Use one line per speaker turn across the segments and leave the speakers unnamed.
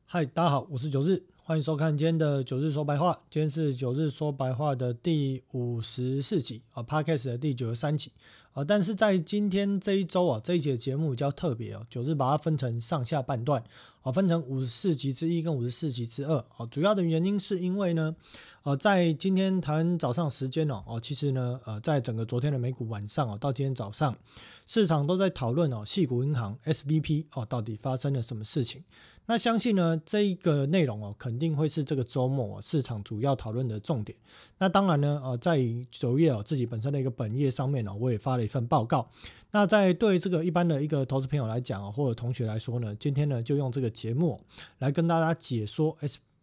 嗨，大家好，我是九日，欢迎收看今天的九日说白话。今天是九日说白话的第54集Podcast 的第93集但是在今天这一周这一节节目比较特别九日把它分成上下半段分成54集之一跟54集之二主要的原因是因为呢在今天台湾早上时间其实呢在整个昨天的美股晚上到今天早上，市场都在讨论矽谷银行 SVB 到底发生了什么事情。那相信呢这一个内容肯定会是这个周末市场主要讨论的重点。那当然呢在9月自己本身的一个本业上面我也发了一份报告。那在对这个一般的一个投资朋友来讲或者同学来说呢，今天呢就用这个节目来跟大家解说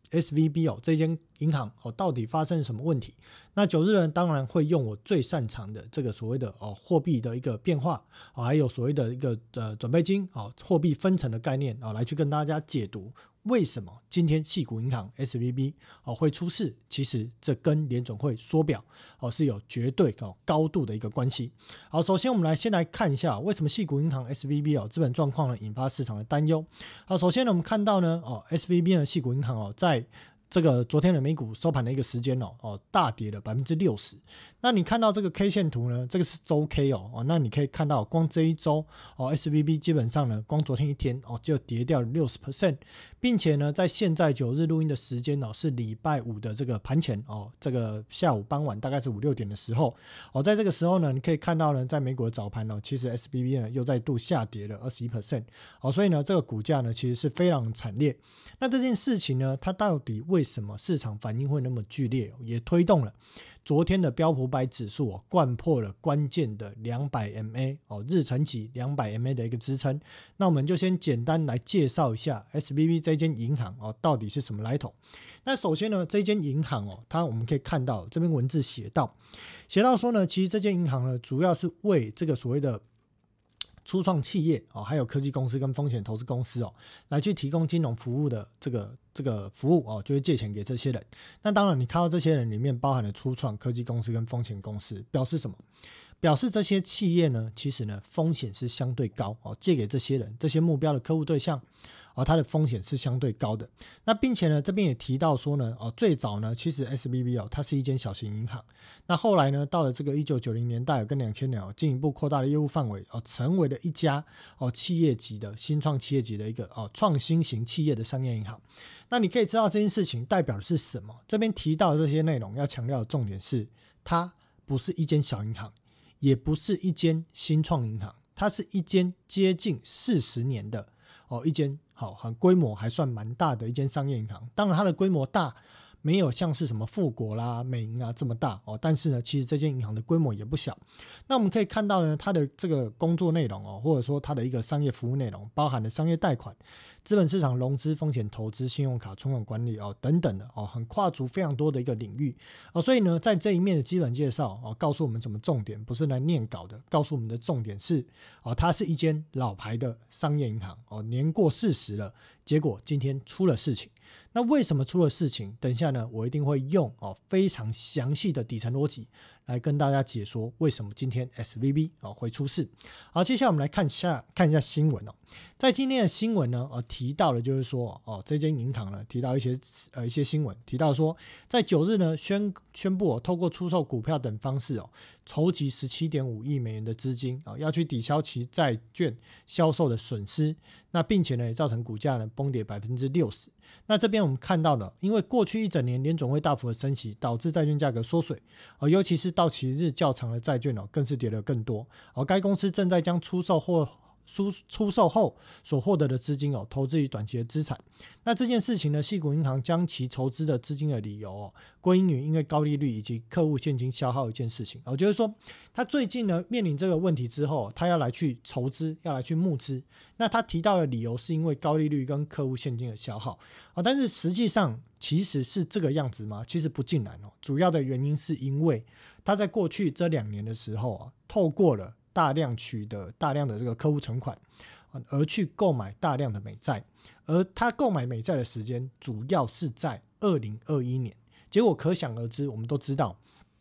SVB 这间银行到底发生什么问题。那9日呢当然会用我最擅长的这个所谓的货币的一个变化还有所谓的一个准备金货币分层的概念来去跟大家解读为什么今天矽谷银行 SVB 会出事。其实这跟联准会缩表是有绝对高度的一个关系。好，首先我们先来看一下为什么矽谷银行 SVB 资本状况呢引发市场的担忧。好，首先呢我们看到呢SVB 的矽谷银行在这个昨天的美股收盘的一个时间大跌了 60%。 那你看到这个 K 线图呢，这个是周 K 那你可以看到光这一周SVB 基本上呢光昨天一天就跌掉了 60%， 并且呢在现在9日录音的时间是礼拜五的这个盘前这个下午傍晚大概是5、6点的时候在这个时候呢你可以看到呢在美股的早盘其实 SVB 呢又再度下跌了 21%。 所以呢这个股价呢其实是非常惨烈。那这件事情呢它到底为什么市场反应会那么剧烈也推动了昨天的标普500指数掼破了关键的 200MA 日程期 200MA 的一个支撑。那我们就先简单来介绍一下 SVB 这间银行到底是什么来头。那首先呢这间银行我们可以看到这边文字写到说呢，其实这间银行呢主要是为这个所谓的初创企业还有科技公司跟风险投资公司来去提供金融服务的这个服务就会借钱给这些人。那当然你看到这些人里面包含了初创科技公司跟风险公司，表示什么？表示这些企业呢其实呢风险是相对高借给这些人这些目标的客户对象它的风险是相对高的。那并且呢这边也提到说呢最早呢其实 SVB 它是一间小型银行。那后来呢到了这个1990年代跟2000年进一步扩大了业务范围成为了一家企业级的新创企业级的一个创新型企业的商业银行。那你可以知道这件事情代表的是什么。这边提到的这些内容要强调的重点是它不是一间小银行，也不是一间新创银行，它是一间接近40年的一间很规模还算蛮大的一间商业银行。当然它的规模大没有像是什么富国啦美银这么大但是呢其实这间银行的规模也不小。那我们可以看到呢它的这个工作内容或者说它的一个商业服务内容包含了商业贷款、资本市场融资、风险投资、信用卡、存款管理等等的很跨足非常多的一个领域所以呢在这一面的基本介绍告诉我们什么重点，不是来念稿的，告诉我们的重点是它是一间老牌的商业银行年过40了，结果今天出了事情。那为什么出了事情？等一下呢我一定会用非常详细的底层逻辑来跟大家解说为什么今天 SVB 会出事。好，接下来我们来看一下新闻在今天的新闻呢提到的就是说这间银行呢提到一些新闻，提到说在9日呢宣布透过出售股票等方式筹集 17.5 亿美元的资金要去抵消其债券销售的损失。那并且呢也造成股价呢崩跌 60%。 那这边我们看到了因为过去一整年联准会大幅的升息导致债券价格缩水尤其是到期日较长的债券更是跌得更多该公司正在将出售后所获得的资金投资于短期的资产。那这件事情呢矽谷银行将其筹资的资金的理由归因于因为高利率以及客户现金消耗一件事情就是说他最近呢面临这个问题之后他要来去筹资，要来去募资。那他提到的理由是因为高利率跟客户现金的消耗但是实际上其实是这个样子吗？其实不尽然主要的原因是因为他在过去这2年的时候透过了大量取得大量的这个客户存款而去购买大量的美债，而他购买美债的时间主要是在2021年。结果可想而知，我们都知道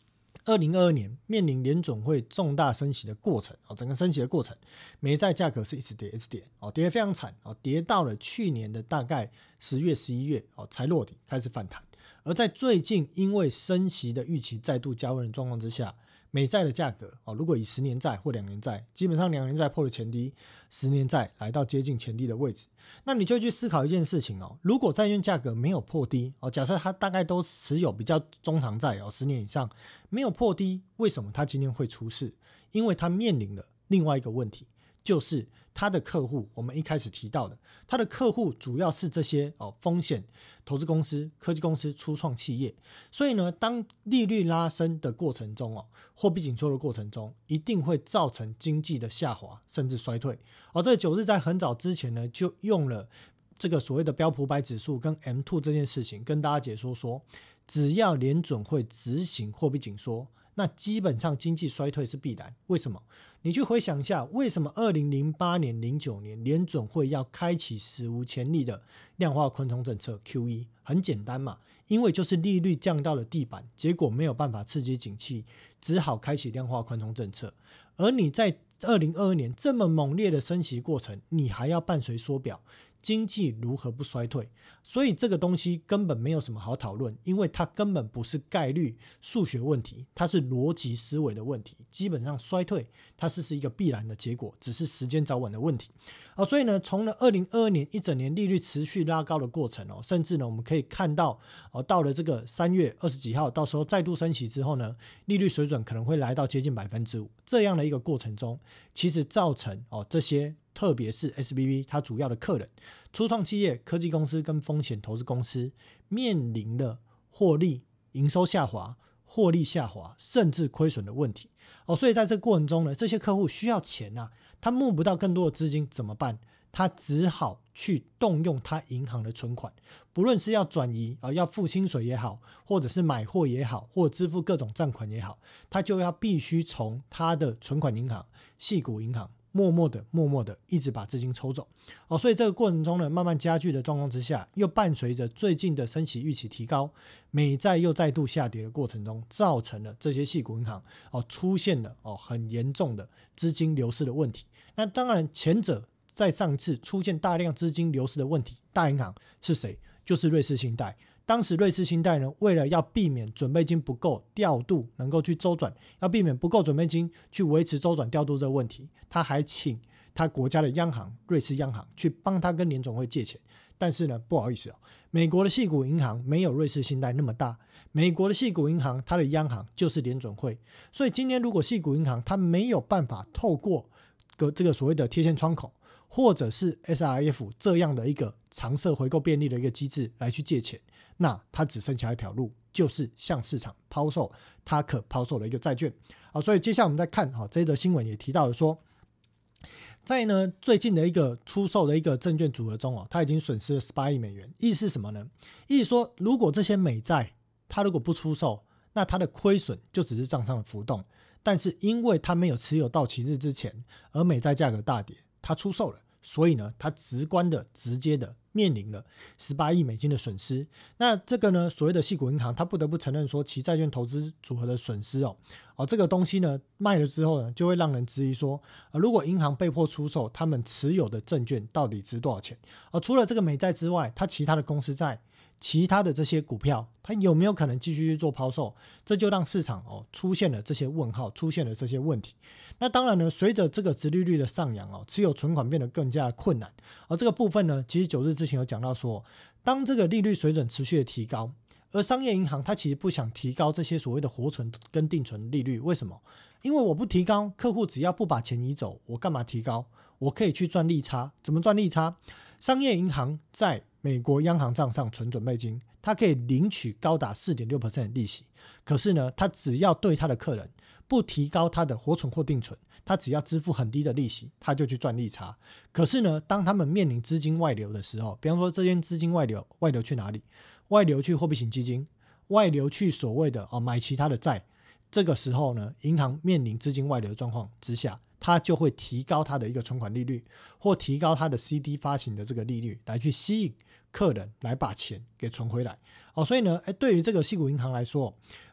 2022年面临联准会重大升息的过程，整个升息的过程，美债价格是一直跌，一直跌，跌得非常惨，跌到了去年的大概10月、11月才落底，开始反弹。而在最近因为升息的预期再度加温的状况之下，美债的价格如果以10年债或2年债，基本上2年债破了前低，10年债来到接近前低的位置。那你就去思考一件事情如果债券价格没有破低假设它大概都持有比较中长债10年以上没有破低，为什么它今天会出事？因为它面临了另外一个问题，就是他的客户，我们一开始提到的，他的客户主要是这些风险投资公司、科技公司、初创企业。所以呢，当利率拉升的过程中货币紧缩的过程中，一定会造成经济的下滑甚至衰退。这个9日在很早之前呢，就用了这个所谓的标普500指数跟 M2 这件事情跟大家解说，只要联准会执行货币紧缩，那基本上经济衰退是必然。为什么？你去回想一下，为什么2008年、09年联准会要开启史无前例的量化宽松政策 QE？ 很简单嘛，因为就是利率降到了地板，结果没有办法刺激景气，只好开启量化宽松政策。而你在2022年这么猛烈的升息过程，你还要伴随缩表，经济如何不衰退？所以这个东西根本没有什么好讨论，因为它根本不是概率数学问题，它是逻辑思维的问题。基本上衰退它是一个必然的结果，只是时间早晚的问题。所以呢，从了2022年一整年利率持续拉高的过程甚至呢我们可以看到到了这个3月20几号，到时候再度升息之后呢，利率水准可能会来到接近 5%， 这样的一个过程中，其实造成这些特别是 SBB 它主要的客人初创企业、科技公司跟风险投资公司面临了获利、营收下滑、获利下滑甚至亏损的问题所以在这个过程中呢，这些客户需要钱他募不到更多的资金怎么办？他只好去动用他银行的存款，不论是要转移要付薪水也好，或者是买货也好，或者支付各种账款也好，他就要必须从他的存款银行矽谷银行默默的一直把资金抽走所以这个过程中呢，慢慢加剧的状况之下，又伴随着最近的升息预期提高，美债又再度下跌的过程中，造成了这些矽谷银行出现了很严重的资金流失的问题。那当然前者在上次出现大量资金流失的问题，大银行是谁？就是瑞士信贷。当时瑞士信贷呢，为了要避免准备金不够调度能够去周转，要避免不够准备金去维持周转调度这个问题，他还请他国家的央行瑞士央行去帮他跟联总会借钱。但是呢，不好意思美国的矽谷银行没有瑞士信贷那么大，美国的矽谷银行它的央行就是联准会，所以今天如果矽谷银行它没有办法透过这个所谓的贴现窗口或者是 SRF 这样的一个常设回购便利的一个机制来去借钱，那它只剩下一条路，就是向市场抛售它可抛售的一个债券所以接下来我们再看这一则新闻也提到了说，在呢最近的一个出售的一个证券组合中它已经损失了18亿美元。意思是什么呢？意思说如果这些美债它如果不出售，那它的亏损就只是账上的浮动，但是因为它没有持有到期日之前，而美债价格大跌，它出售了，所以呢它直接的面临了18亿美金的损失。那这个呢所谓的矽谷银行，它不得不承认说其债券投资组合的损失这个东西呢卖了之后呢，就会让人质疑说如果银行被迫出售他们持有的证券到底值多少钱除了这个美债之外，它其他的公司债、其他的这些股票，它有没有可能继续去做抛售？这就让市场出现了这些问号，出现了这些问题。那当然呢，随着这个殖利率的上扬持有存款变得更加困难这个部分呢，其实9日之前有讲到说，当这个利率水准持续的提高，而商业银行它其实不想提高这些所谓的活存跟定存利率。为什么？因为我不提高，客户只要不把钱移走，我干嘛提高？我可以去赚利差。怎么赚利差？商业银行在美国央行账上存准备金，它可以领取高达 4.6% 的利息。可是呢，它只要对它的客人不提高它的活存或定存，它只要支付很低的利息，它就去赚利差。可是呢，当他们面临资金外流的时候，比方说这些资金外流去哪里？外流去货币型基金，外流去所谓的买其他的债。这个时候呢，银行面临资金外流的状况之下，它就会提高它的一个存款利率，或提高它的 CD 发行的这个利率，来去吸引客人来把钱给存回来所以呢，对于这个矽谷银行来说，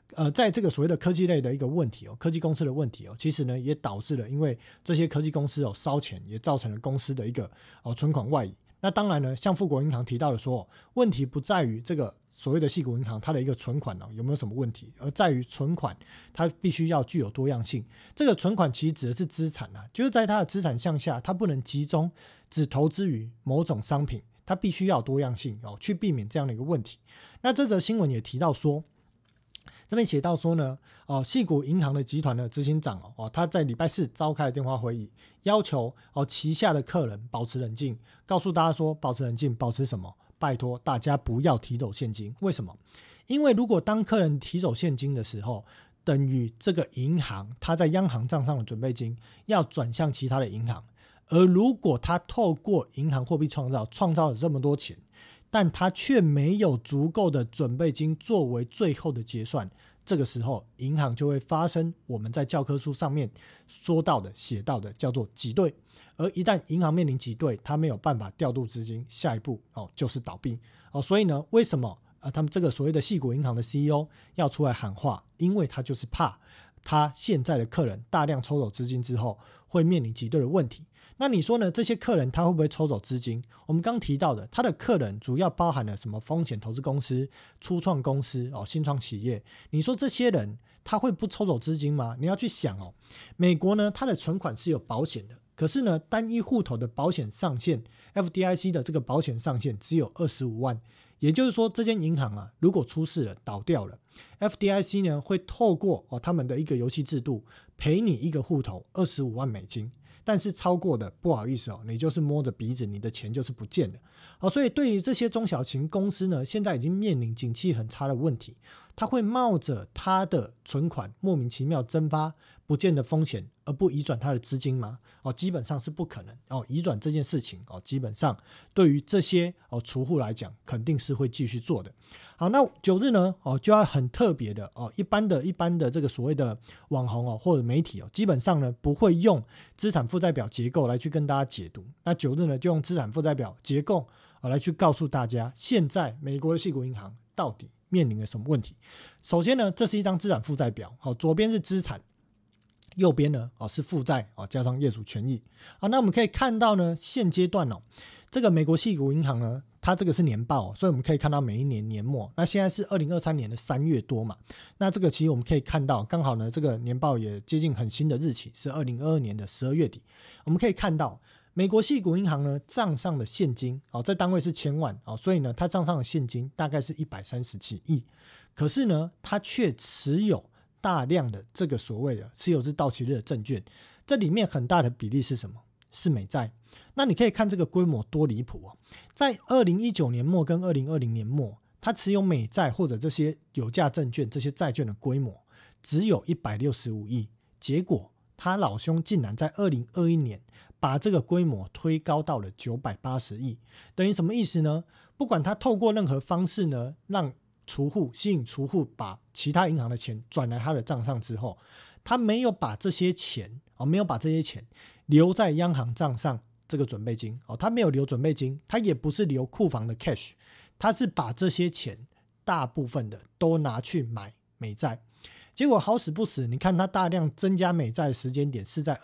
在这个所谓的科技类的一个问题科技公司的问题其实呢也导致了因为这些科技公司烧钱，也造成了公司的一个存款外移。那当然呢，像富国银行提到的说，问题不在于这个所谓的矽谷银行它的一个存款有没有什么问题，而在于存款它必须要具有多样性。这个存款其实指的是资产就是在它的资产项下，它不能集中只投资于某种商品，它必须要有多样性去避免这样的一个问题。那这则新闻也提到说，这边写到说呢，矽谷银行的集团的执行长他在礼拜四召开了电话会议，要求旗下的客人保持冷静，告诉大家说保持冷静，保持什么？拜托大家不要提走现金。为什么？因为如果当客人提走现金的时候，等于这个银行他在央行账上的准备金要转向其他的银行，而如果他透过银行货币创造了这么多钱，但他却没有足够的准备金作为最后的结算，这个时候银行就会发生我们在教科书上面说到的写到的叫做挤兑。而一旦银行面临挤兑，他没有办法调度资金，下一步就是倒闭所以呢，为什么他们这个所谓的矽谷银行的 CEO 要出来喊话？因为他就是怕他现在的客人大量抽走资金之后会面临挤兑的问题。那你说呢？这些客人他会不会抽走资金？我们刚提到的，他的客人主要包含了什么风险投资公司、初创公司新创企业。你说这些人他会不抽走资金吗？你要去想美国呢，他的存款是有保险的，可是呢，单一户头的保险上限 FDIC 的这个保险上限只有25万。也就是说，这间银行如果出事了，倒掉了， FDIC 呢会透过他们的一个游戏制度赔你一个户头25万美金。但是超过的不好意思你就是摸着鼻子，你的钱就是不见了所以对于这些中小型公司呢，现在已经面临景气很差的问题，他会冒着他的存款莫名其妙蒸发不见的风险而不移转他的资金吗？基本上是不可能移转这件事情基本上对于这些储户来讲肯定是会继续做的。好，那9日呢就要很特别的一般的这个所谓的网红或者媒体基本上呢不会用资产负债表结构来去跟大家解读。那9日呢就用资产负债表结构来去告诉大家现在美国的矽谷银行到底面临了什么问题。首先呢，这是一张资产负债表左边是资产，右边呢是负债加上业主权益那我们可以看到呢，现阶段这个美国矽谷银行呢，它这个是年报所以我们可以看到每一年年末，那现在是2023年的3月多嘛，那这个其实我们可以看到刚好呢，这个年报也接近很新的日期，是2022年的12月底。我们可以看到美国矽谷银行呢账上的现金这单位是千万所以呢它账上的现金大概是137亿，可是呢它却持有大量的这个所谓的持有至到期日的证券，这里面很大的比例是什么？是美债。那你可以看这个规模多离谱在2019年末跟2020年末，它持有美债或者这些有价证券这些债券的规模只有165亿，结果他老兄竟然在2021年把这个规模推高到了980亿，等于什么意思呢？不管他透过任何方式呢，让吸引储户把其他银行的钱转来他的账上之后，他没有把这些钱留在央行账上这个准备金他没有留准备金，他也不是留库房的 cash， 他是把这些钱大部分的都拿去买美债。结果好死不死，你看他大量增加美债的时间点是在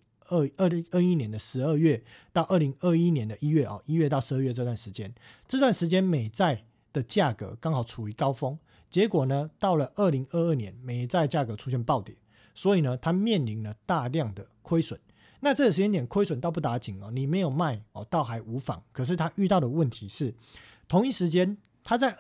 2021年的12月到2021年的1月1月到12月这段时间，这段时间美债的价格刚好处于高峰，结果呢到了2022年美债价格出现暴跌，所以呢它面临了大量的亏损。那这个时间点亏损倒不打紧你没有卖倒还无妨，可是他遇到的问题是同一时间他在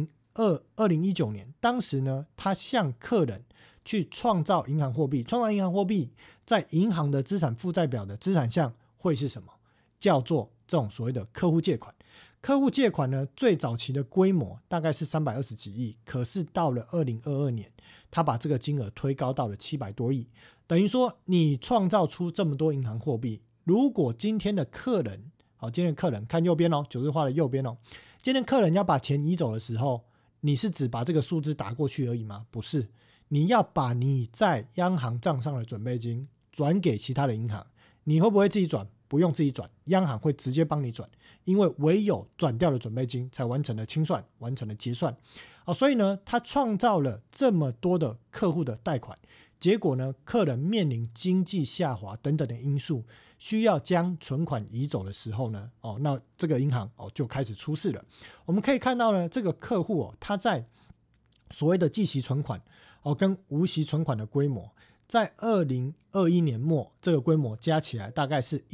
2019年当时呢他向客人去创造银行货币，在银行的资产负债表的资产项会是什么？叫做这种所谓的客户借款。客户借款呢最早期的规模大概是320几亿，可是到了2022年他把这个金额推高到了700多亿，等于说你创造出这么多银行货币，如果今天的客人看右边9日画的右边今天客人要把钱移走的时候，你是只把这个数字打过去而已吗？不是，你要把你在央行账上的准备金转给其他的银行。你会不会自己转？不用自己转，央行会直接帮你转，因为唯有转掉的准备金才完成了清算，完成了结算所以呢，他创造了这么多的客户的贷款，结果呢，客人面临经济下滑等等的因素，需要将存款移走的时候呢，那这个银行就开始出事了。我们可以看到呢，这个客户他在所谓的计息存款跟无息存款的规模，在2021年末，这个规模加起来大概是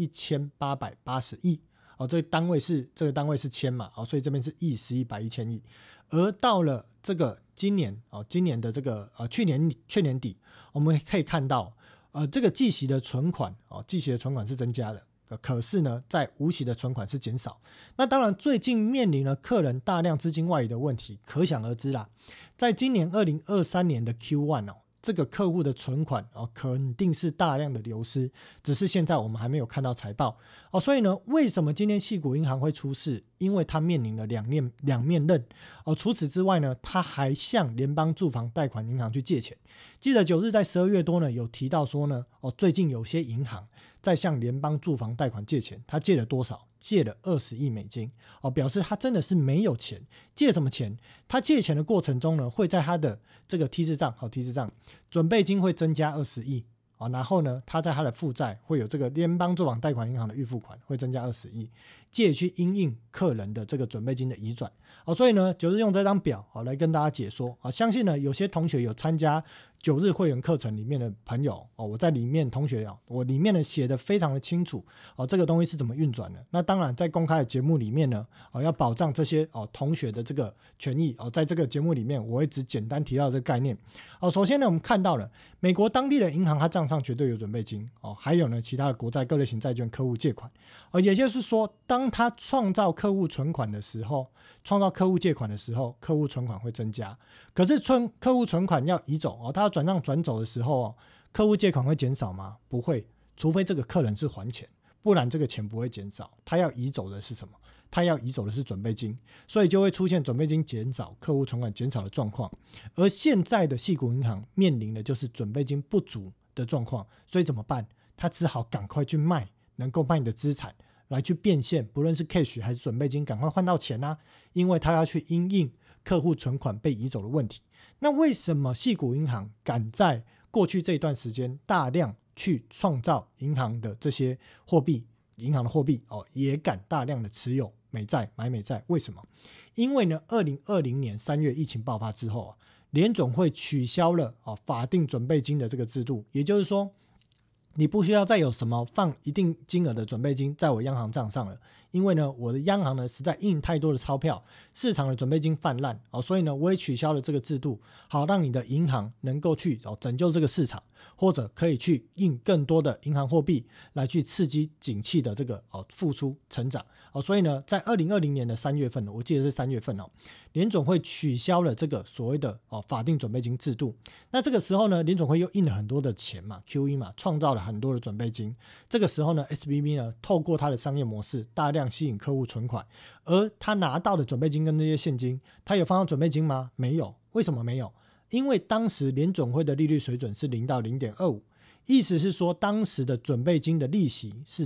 1880亿。这个单位是千嘛，所以这边是亿、10亿、100亿、1000亿。而到了这个今年的这个去年底，我们可以看到这个计息的存款是增加的，可是呢，在无息的存款是减少。那当然，最近面临了客人大量资金外移的问题，可想而知啦。在今年2023年的 Q1这个客户的存款肯定是大量的流失，只是现在我们还没有看到财报所以呢，为什么今天矽谷银行会出事？因为它面临了两面刃除此之外呢，它还向联邦住房贷款银行去借钱。记得9日在12月多呢有提到说呢最近有些银行在向联邦住房贷款借钱，他借了多少？借了20亿美金表示他真的是没有钱。借什么钱？他借钱的过程中呢，会在他的这个T字账准备金会增加20亿然后呢，他在他的负债会有这个联邦住房贷款银行的预付款会增加20亿，借去因应客人的这个准备金的移转所以呢，9日用这张表来跟大家解说相信呢有些同学有参加9日会员课程里面的朋友我在里面同学我里面呢写的非常的清楚这个东西是怎么运转的。那当然在公开的节目里面呢要保障这些同学的这个权益在这个节目里面我会只简单提到这个概念首先呢，我们看到了美国当地的银行它账上绝对有准备金还有呢其他的国债各类型债券客户借款也就是说，当他创造客户存款的时候，创造客户借款的时候，客户存款会增加。可是客户存款要移走他要转让转走的时候客户借款会减少吗？不会，除非这个客人是还钱，不然这个钱不会减少。他要移走的是什么？他要移走的是准备金，所以就会出现准备金减少、客户存款减少的状况。而现在的矽谷银行面临的就是准备金不足的状况，所以怎么办？他只好赶快去卖能够卖你的资产来去变现，不论是 cash 还是准备金，赶快换到钱因为他要去因应客户存款被移走的问题。那为什么矽谷银行敢在过去这一段时间大量去创造银行的这些货币，银行的货币也敢大量的持有美债买美债？为什么？因为呢2020年3月疫情爆发之后联总会取消了法定准备金的这个制度，也就是说你不需要再有什么放一定金额的准备金在我央行账上了，因为呢我的央行呢实在印太多的钞票，市场的准备金泛滥所以呢我也取消了这个制度，好让你的银行能够去拯救这个市场，或者可以去印更多的银行货币来去刺激景气的这个复苏成长所以呢在2020年的3月份，我记得是3月份联总会取消了这个所谓的法定准备金制度。那这个时候呢，联总会又印了很多的钱嘛 ，QE 嘛，创造了很多的准备金。这个时候呢 ，SVB 呢透过它的商业模式，大量吸引客户存款，而他拿到的准备金跟这些现金，他有放到准备金吗？没有。为什么没有？因为当时联总会的利率水准是0到 0.25， 意思是说当时的准备金的利息是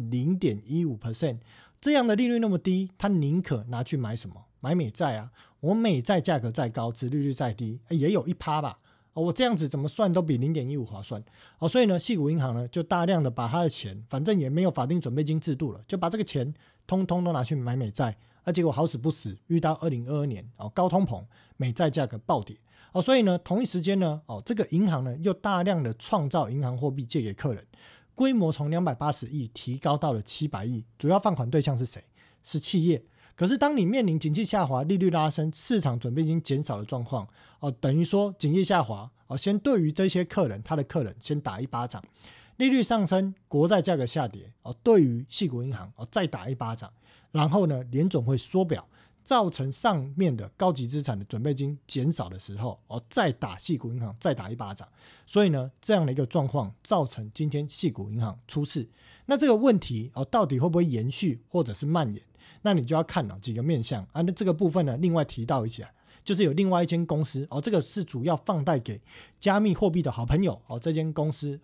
0.15%。这样的利率那么低，他宁可拿去买什么？买美债我美债价格再高，殖利率再低也有1%吧我这样子怎么算都比 0.15 划算所以呢矽谷银行呢就大量的把他的钱，反正也没有法定准备金制度了，就把这个钱通通都拿去买美债结果好死不死遇到2022年高通膨，美债价格暴跌所以呢同一时间呢这个银行呢又大量的创造银行货币借给客人，规模从280亿提高到了700亿，主要放款对象是谁？是企业。可是当你面临景气下滑、利率拉升、市场准备金减少的状况等于说景气下滑先对于这些客人，他的客人先打一巴掌，利率上升，国债价格下跌对于矽谷银行再打一巴掌，然后呢联总会缩表，造成上面的高级资产的准备金减少的时候再打矽谷银行再打一巴掌。所以呢这样的一个状况造成今天矽谷银行出事。那这个问题到底会不会延续或者是蔓延？那你就要看几个面向那这个部分呢另外提到一下，就是有另外一间公司这个是主要放贷给加密货币的好朋友这间公司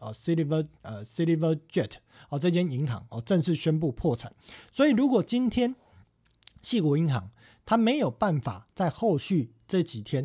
Silvergate 这间银行正式宣布破产。所以如果今天矽谷银行它没有办法在后续这几天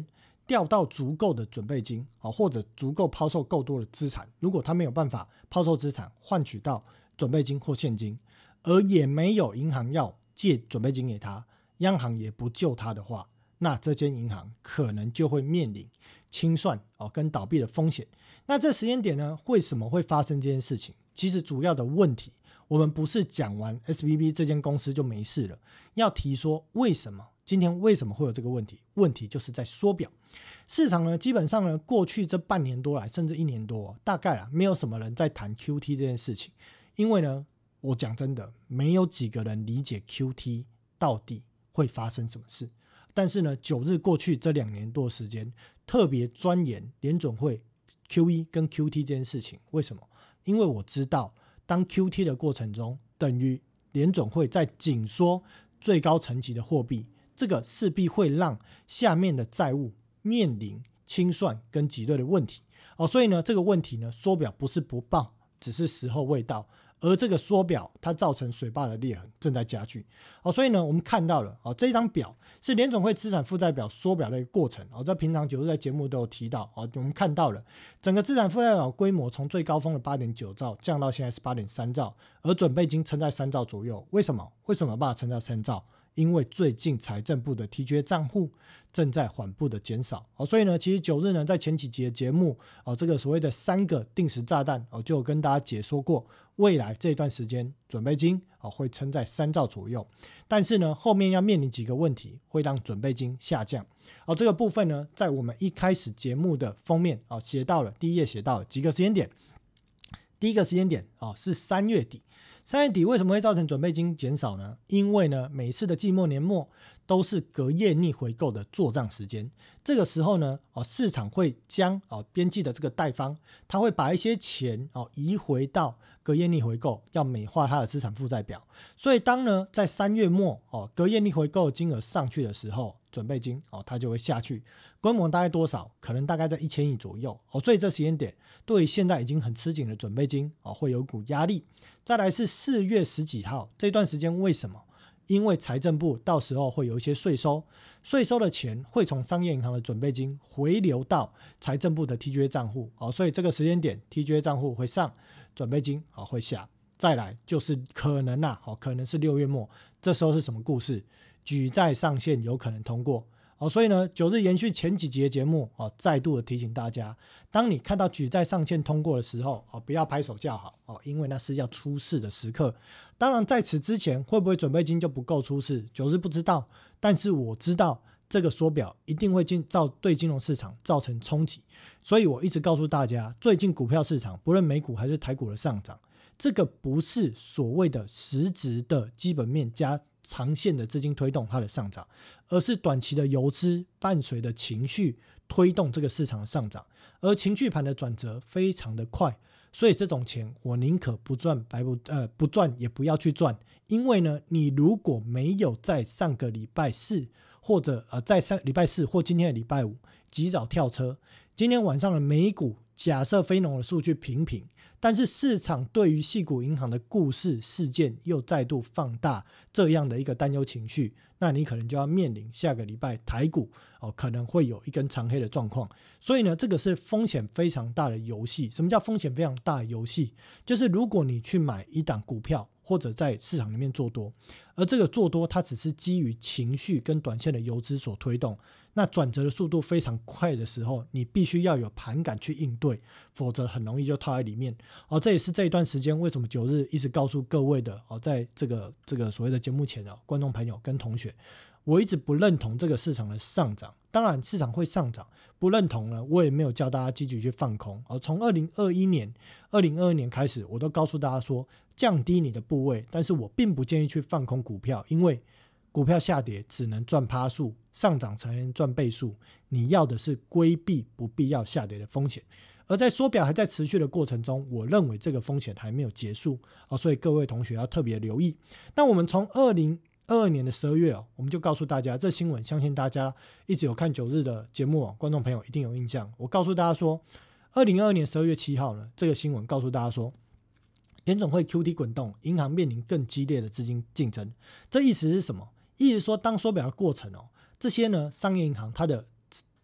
调到足够的准备金，或者足够抛售够多的资产，如果他没有办法抛售资产换取到准备金或现金，而也没有银行要借准备金给他，央行也不救他的话，那这间银行可能就会面临清算跟倒闭的风险。那这时间点呢，为什么会发生这件事情？其实主要的问题，我们不是讲完 SVB 这间公司就没事了，要提说今天为什么会有这个问题？问题就是在缩表。市场呢，基本上呢，过去这半年多来，甚至1年多，大概没有什么人在谈 QT 这件事情，因为呢，我讲真的，没有几个人理解 QT 到底会发生什么事。但是呢，9日过去这2年多的时间，特别钻研联准会 QE 跟 QT 这件事情。为什么？因为我知道，当 QT 的过程中，等于联准会在紧缩最高层级的货币，这个势必会让下面的债务面临清算跟挤兑的问题。所以呢，这个问题呢，缩表不是不报，只是时候未到。而这个缩表它造成水坝的裂痕正在加剧。所以呢，我们看到了这张表是联总会资产负债表缩表的一个过程。在平常9日在节目都有提到。我们看到了整个资产负债表规模从最高峰的 8.9 兆降到现在是 8.3 兆，而准备金撑在3兆左右。为什么有办法撑到3兆？因为最近财政部的 TGA 账户正在缓步的减少。所以呢，其实9日呢，在前几集的节目这个所谓的3个定时炸弹就有跟大家解说过，未来这一段时间准备金会撑在3兆左右，但是呢，后面要面临几个问题会让准备金下降。这个部分呢，在我们一开始节目的封面写到了，第一页写到了几个时间点。第一个时间点是3月底。3月底为什么会造成准备金减少呢？因为呢，每次的季末年末都是隔夜逆回购的做账时间。这个时候呢，市场会将边际的这个贷方，他会把一些钱移回到隔夜逆回购，要美化他的资产负债表。所以当呢在3月末隔夜逆回购金额上去的时候，准备金它就会下去。规模大概多少？可能大概在1000亿左右所以这时间点对于现在已经很吃紧的准备金会有股压力。再来是4月10几号这段时间，为什么？因为财政部到时候会有一些税收的钱会从商业银行的准备金回流到财政部的 TGA 账户所以这个时间点 TGA 账户会上，准备金会下。再来就是可能可能是6月末，这时候是什么故事？举债上限有可能通过所以呢，9日延续前几集的节目再度的提醒大家，当你看到举债上限通过的时候不要拍手叫好因为那是要出事的时刻。当然在此之前会不会准备金就不够出事，9日不知道，但是我知道这个缩表一定会对金融市场造成冲击。所以我一直告诉大家，最近股票市场不论美股还是台股的上涨，这个不是所谓的实质的基本面加长线的资金推动它的上涨，而是短期的游资伴随的情绪推动这个市场的上涨，而情绪盘的转折非常的快。所以这种钱我宁可不赚不赚也不要去赚。因为呢，你如果没有在上个礼拜四或者在礼拜四或今天的礼拜五及早跳车，今天晚上的美股假设非农的数据平，但是市场对于矽谷银行的故事事件又再度放大这样的一个担忧情绪，那你可能就要面临下个礼拜台股可能会有一根长黑的状况。所以呢，这个是风险非常大的游戏。什么叫风险非常大的游戏？就是如果你去买一档股票或者在市场里面做多，而这个做多它只是基于情绪跟短线的游资所推动，那转折的速度非常快的时候，你必须要有盘感去应对，否则很容易就套在里面这也是这一段时间为什么9日一直告诉各位的在这个所谓的节目前观众朋友跟同学，我一直不认同这个市场的上涨。当然市场会上涨，不认同呢，我也没有叫大家积极去放空从2022年开始，我都告诉大家说降低你的部位，但是我并不建议去放空股票，因为股票下跌只能赚趴数，上涨才能赚倍数，你要的是规避不必要下跌的风险。而在缩表还在持续的过程中，我认为这个风险还没有结束所以各位同学要特别留意。那我们从2022年的12月我们就告诉大家这新闻，相信大家一直有看9日的节目观众朋友一定有印象。我告诉大家说2022年12月7号呢，这个新闻告诉大家说联总会 QT 滚动，银行面临更激烈的资金竞争。这意思是什么？意思是说当缩表的过程这些呢商业银行它的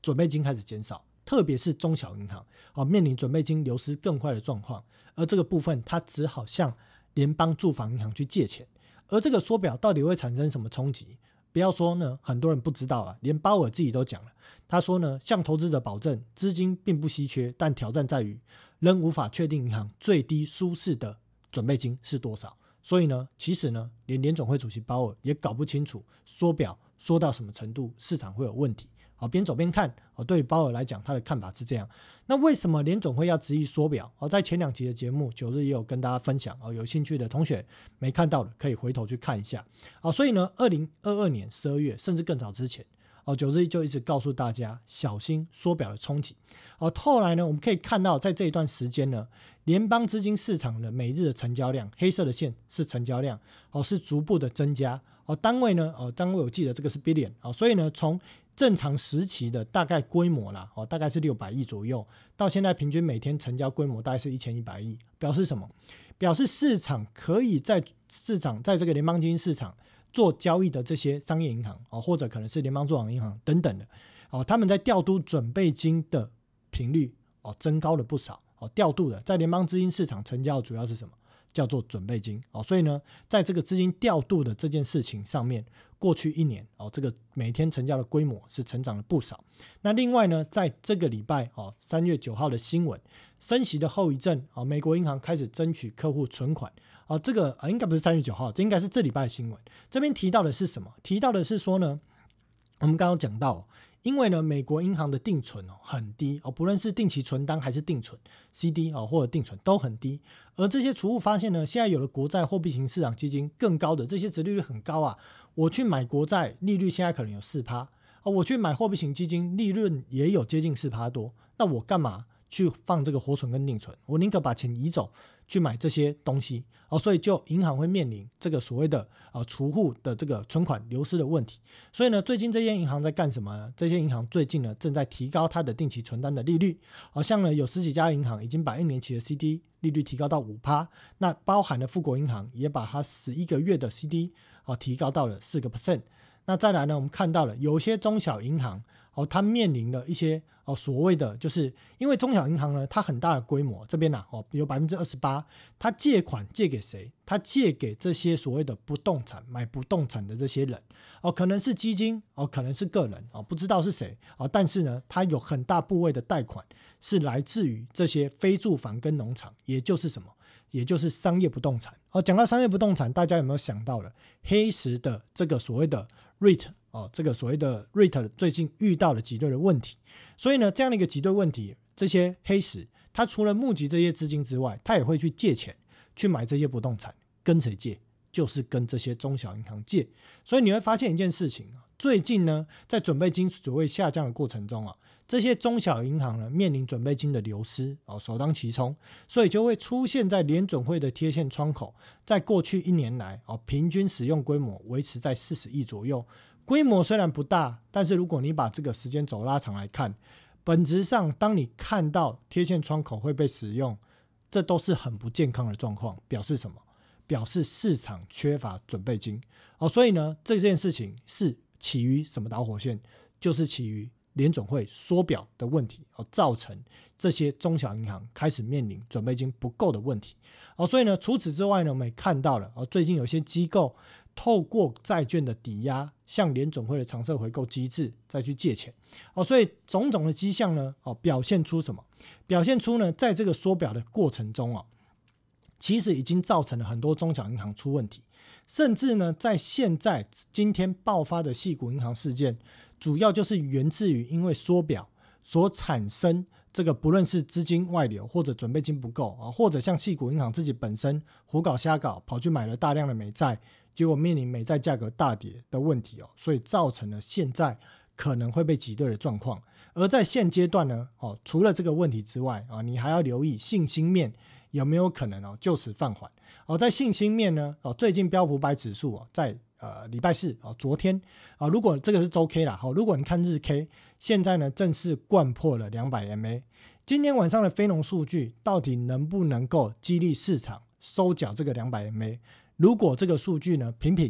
准备金开始减少，特别是中小银行面临准备金流失更快的状况，而这个部分它只好向联邦住房银行去借钱。而这个缩表到底会产生什么冲击？不要说呢，很多人不知道啊，连鲍尔自己都讲了，他说呢，向投资者保证资金并不稀缺，但挑战在于仍无法确定银行最低舒适的准备金是多少。所以呢，其实呢，连联总会主席鲍尔也搞不清楚缩表缩到什么程度市场会有问题。边走边看，对于鲍尔来讲他的看法是这样。那为什么联总会要执意缩表？在前2集的节目9日也有跟大家分享，有兴趣的同学没看到的可以回头去看一下。所以呢2022年12月甚至更早之前9日就一直告诉大家小心缩表的冲击。后来呢我们可以看到在这一段时间呢，联邦资金市场的每日的成交量，黑色的线是成交量是逐步的增加。单位呢单位我记得这个是 billion 所以呢从正常时期的大概规模啦大概是600亿左右，到现在平均每天成交规模大概是1100亿，表示什么？表示市场可以在这个联邦基金市场做交易的这些商业银行或者可能是联邦住房银行等等的他们在调度准备金的频率增高了不少调度的在联邦资金市场成交的主要是什么？叫做准备金所以呢在这个资金调度的这件事情上面，过去1年这个每天成交的规模是成长了不少。那另外呢在这个礼拜3月9号的新闻，升息的后遗症美国银行开始争取客户存款这个应该不是3月9号，这应该是这礼拜的新闻。这边提到的是什么？提到的是说呢，我们刚刚讲到因为呢美国银行的定存很低不论是定期存单还是定存 CD 或者定存都很低，而这些储户发现呢，现在有了国债货币型市场基金更高的这些殖利率很高啊，我去买国债利率现在可能有 4%我去买货币型基金利润也有接近 4% 多，那我干嘛去放这个活存跟定存？我宁可把钱移走去买这些东西所以就银行会面临这个所谓的储户的这个存款流失的问题。所以呢最近这些银行在干什么呢？这些银行最近呢正在提高它的定期存单的利率像呢有10几家银行已经把1年期的 CD 利率提高到 5%， 那包含了富国银行也把它11个月的 CD 提高到了 4%。 那再来呢我们看到了有些中小银行它面临了一些所谓的，就是因为中小银行呢它很大的规模，这边有 28%， 它借款借给谁？它借给这些所谓的不动产买不动产的这些人可能是基金可能是个人不知道是谁但是呢它有很大部位的贷款是来自于这些非住房跟农场，也就是什么？也就是商业不动产讲到商业不动产，大家有没有想到了黑石的这个所谓的 REIT这个所谓的 REIT 最近遇到了挤兑的问题。所以呢这样的一个挤兑问题，这些黑石它除了募集这些资金之外，它也会去借钱去买这些不动产。跟谁借？就是跟这些中小银行借。所以你会发现一件事情最近呢在准备金所谓下降的过程中这些中小银行呢面临准备金的流失首当其冲，所以就会出现在联准会的贴现窗口，在过去1年来平均使用规模维持在40亿左右。规模虽然不大，但是如果你把这个时间轴拉长来看，本质上当你看到贴现窗口会被使用，这都是很不健康的状况。表示什么？表示市场缺乏准备金所以呢这件事情是起于什么导火线？就是起于联准会缩表的问题造成这些中小银行开始面临准备金不够的问题所以呢除此之外呢我们也看到了最近有些机构透过债券的抵押向联准会的常设回购机制再去借钱所以种种的迹象呢表现出什么？表现出呢在这个缩表的过程中其实已经造成了很多中小银行出问题，甚至呢在今天爆发的矽谷银行事件，主要就是源自于因为缩表所产生这个不论是资金外流或者准备金不够或者像矽谷银行自己本身胡搞瞎搞跑去买了大量的美债，结果面临美债价格大跌的问题所以造成了现在可能会被挤兑的状况。而在现阶段呢除了这个问题之外你还要留意信心面有没有可能就此放缓在信心面呢最近标普500指数在礼拜四昨天如果这个是周 K 啦如果你看日 K， 现在呢正式掼破了200 MA。 今天晚上的非农数据到底能不能够激励市场收缴这个200 MA？ 如果这个数据呢平平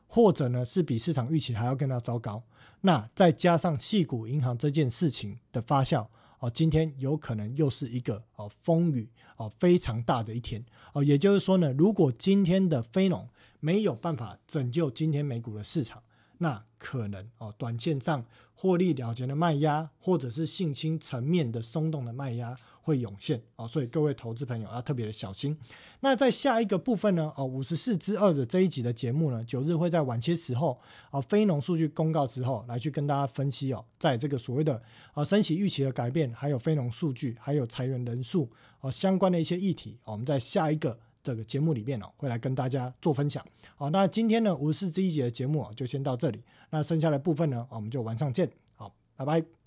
或者呢是比市场预期还要更加糟糕。那再加上矽谷银行这件事情的发酵，今天有可能又是一个风雨非常大的一天。也就是说呢，如果今天的非农没有办法拯救今天美股的市场，那可能短线上获利了结的卖压，或者是信心层面的松动的卖压会涌现所以各位投资朋友要特别的小心。那在下一个部分呢54之2的这一集的节目呢，9日会在晚些时候非农数据公告之后来去跟大家分析在这个所谓的升息预期的改变，还有非农数据，还有裁员人数相关的一些议题我们在下一个这个节目里面会来跟大家做分享。好，那今天呢54之1集的节目就先到这里，那剩下的部分呢我们就晚上见。好，拜拜。